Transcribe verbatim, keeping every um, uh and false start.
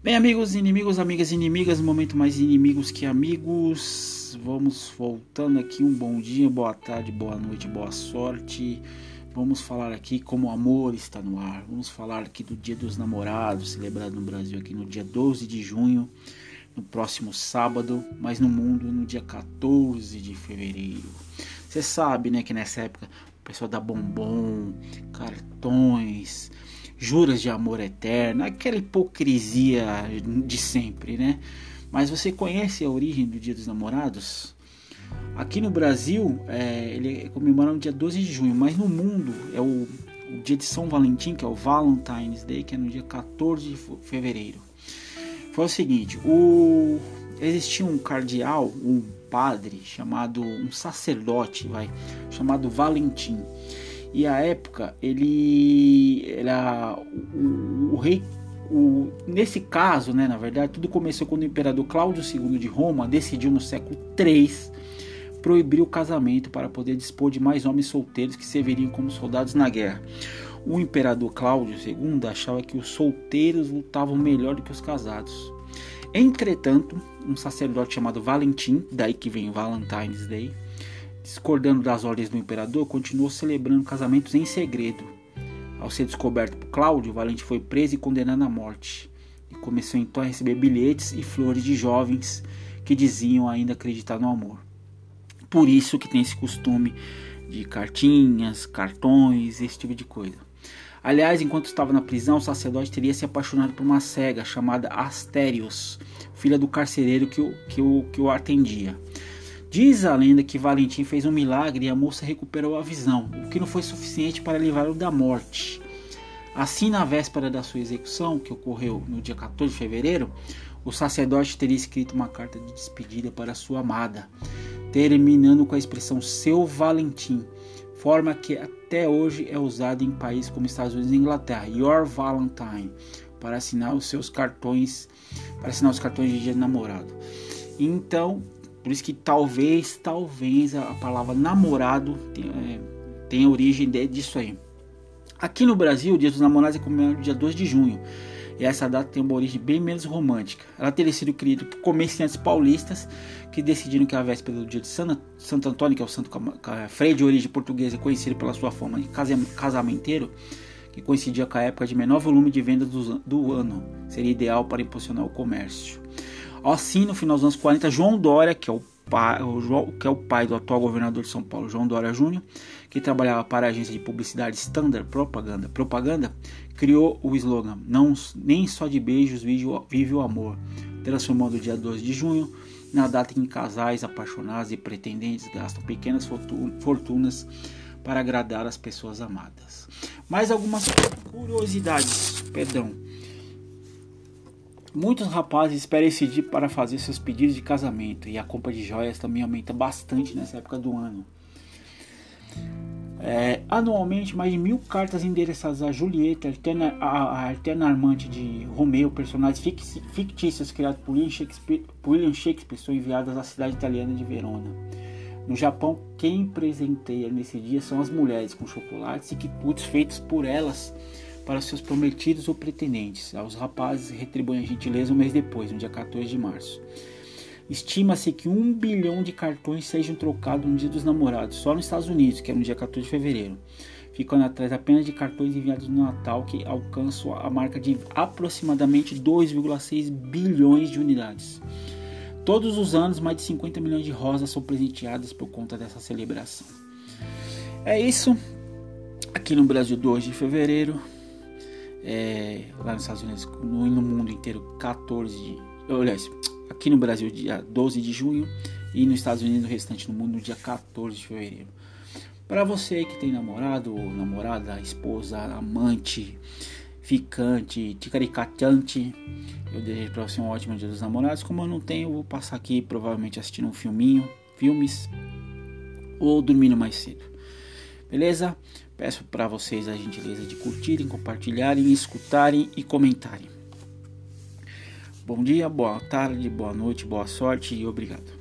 Bem, amigos, inimigos, amigas, inimigas, no momento mais inimigos que amigos, vamos voltando aqui. Um bom dia, boa tarde, boa noite, boa sorte. Vamos falar aqui como o amor está no ar. Vamos falar aqui do Dia dos Namorados, celebrado no Brasil aqui no dia doze de junho, no próximo sábado, mas no mundo no dia quatorze de fevereiro. Você sabe, né, que nessa época o pessoal dá bombom, cartões, juras de amor eterno, aquela hipocrisia de sempre, né? Mas você conhece a origem do Dia dos Namorados? Aqui no Brasil, é, ele é comemorado no dia doze de junho, mas no mundo é o, o dia de São Valentim, que é o Valentine's Day, que é no dia quatorze de fevereiro. Foi o seguinte, o, existia um cardeal, um padre, chamado, um sacerdote, vai, chamado Valentim. E à época ele era o, o rei, o, nesse caso, né, na verdade, tudo começou quando o imperador Cláudio segundo de Roma decidiu no século três proibir o casamento para poder dispor de mais homens solteiros que serviriam como soldados na guerra. O imperador Cláudio segundo achava que os solteiros lutavam melhor do que os casados. Entretanto, um sacerdote chamado Valentim, daí que vem Valentine's Day, discordando das ordens do imperador, continuou celebrando casamentos em segredo. Ao ser descoberto por Cláudio, Valentim foi preso e condenado à morte. E começou então a receber bilhetes e flores de jovens que diziam ainda acreditar no amor. Por isso que tem esse costume de cartinhas, cartões, esse tipo de coisa. Aliás, enquanto estava na prisão, o sacerdote teria se apaixonado por uma cega chamada Astérios, filha do carcereiro que o, que o, que o atendia. Diz a lenda que Valentim fez um milagre e a moça recuperou a visão, o que não foi suficiente para livrá-lo da morte. Assim, na véspera da sua execução, que ocorreu no dia quatorze de fevereiro, o sacerdote teria escrito uma carta de despedida para sua amada, terminando com a expressão "seu Valentim", forma que até hoje é usada em países como Estados Unidos e Inglaterra, "your Valentine", para assinar os seus cartões, para assinar os cartões de dia de namorado. Então, por isso que talvez, talvez a palavra namorado tenha, é, tenha origem de, disso aí. Aqui no Brasil, o Dia dos Namorados é comemorado no dia doze de junho. E essa data tem uma origem bem menos romântica. Ela teria sido criada por comerciantes paulistas que decidiram que a véspera do dia de Santo Antônio, que é o santo freio de origem portuguesa, conhecido pela sua forma de casamenteiro, que coincidia com a época de menor volume de vendas do, do ano, seria ideal para impulsionar o comércio. Assim, no final dos anos quarenta, João Dória, que é o pai, o João, que é o pai do atual governador de São Paulo, João Dória Júnior, que trabalhava para a agência de publicidade Standard Propaganda, Propaganda criou o slogan "Não, nem só de beijos vive o amor", transformando o dia doze de junho na data em que casais apaixonados e pretendentes gastam pequenas fortunas para agradar as pessoas amadas. Mais algumas curiosidades, perdão. Muitos rapazes esperam esse dia para fazer seus pedidos de casamento, e a compra de joias também aumenta bastante nessa época do ano. É, anualmente, mais de mil cartas endereçadas a Julieta, alterna, a, a alterna amante de Romeu, personagens fictícios criados por William Shakespeare, por William Shakespeare, são enviadas à cidade italiana de Verona. No Japão, quem presenteia nesse dia são as mulheres, com chocolates e quitutes feitos por elas para seus prometidos ou pretendentes. Aos rapazes retribuem a gentileza um mês depois, no dia quatorze de março. Estima-se que um bilhão de cartões sejam trocados no Dia dos Namorados, só nos Estados Unidos, que é no dia quatorze de fevereiro, ficando atrás apenas de cartões enviados no Natal, que alcançam a marca de aproximadamente dois vírgula seis bilhões de unidades. Todos os anos, mais de cinquenta milhões de rosas são presenteadas por conta dessa celebração. É isso. Aqui no Brasil, doze de fevereiro. É, lá nos Estados Unidos, no, no mundo inteiro, quatorze de... Aliás, aqui no Brasil, dia doze de junho, e nos Estados Unidos, no restante do mundo, no dia quatorze de fevereiro. Para você que tem namorado, ou namorada, esposa, amante, ficante, ticaricatante, eu desejo para você um ótimo Dia dos Namorados. Como eu não tenho, eu vou passar aqui provavelmente assistindo um filminho, filmes, ou dormindo mais cedo. Beleza? Peço para vocês a gentileza de curtirem, compartilharem, escutarem e comentarem. Bom dia, boa tarde, boa noite, boa sorte e obrigado.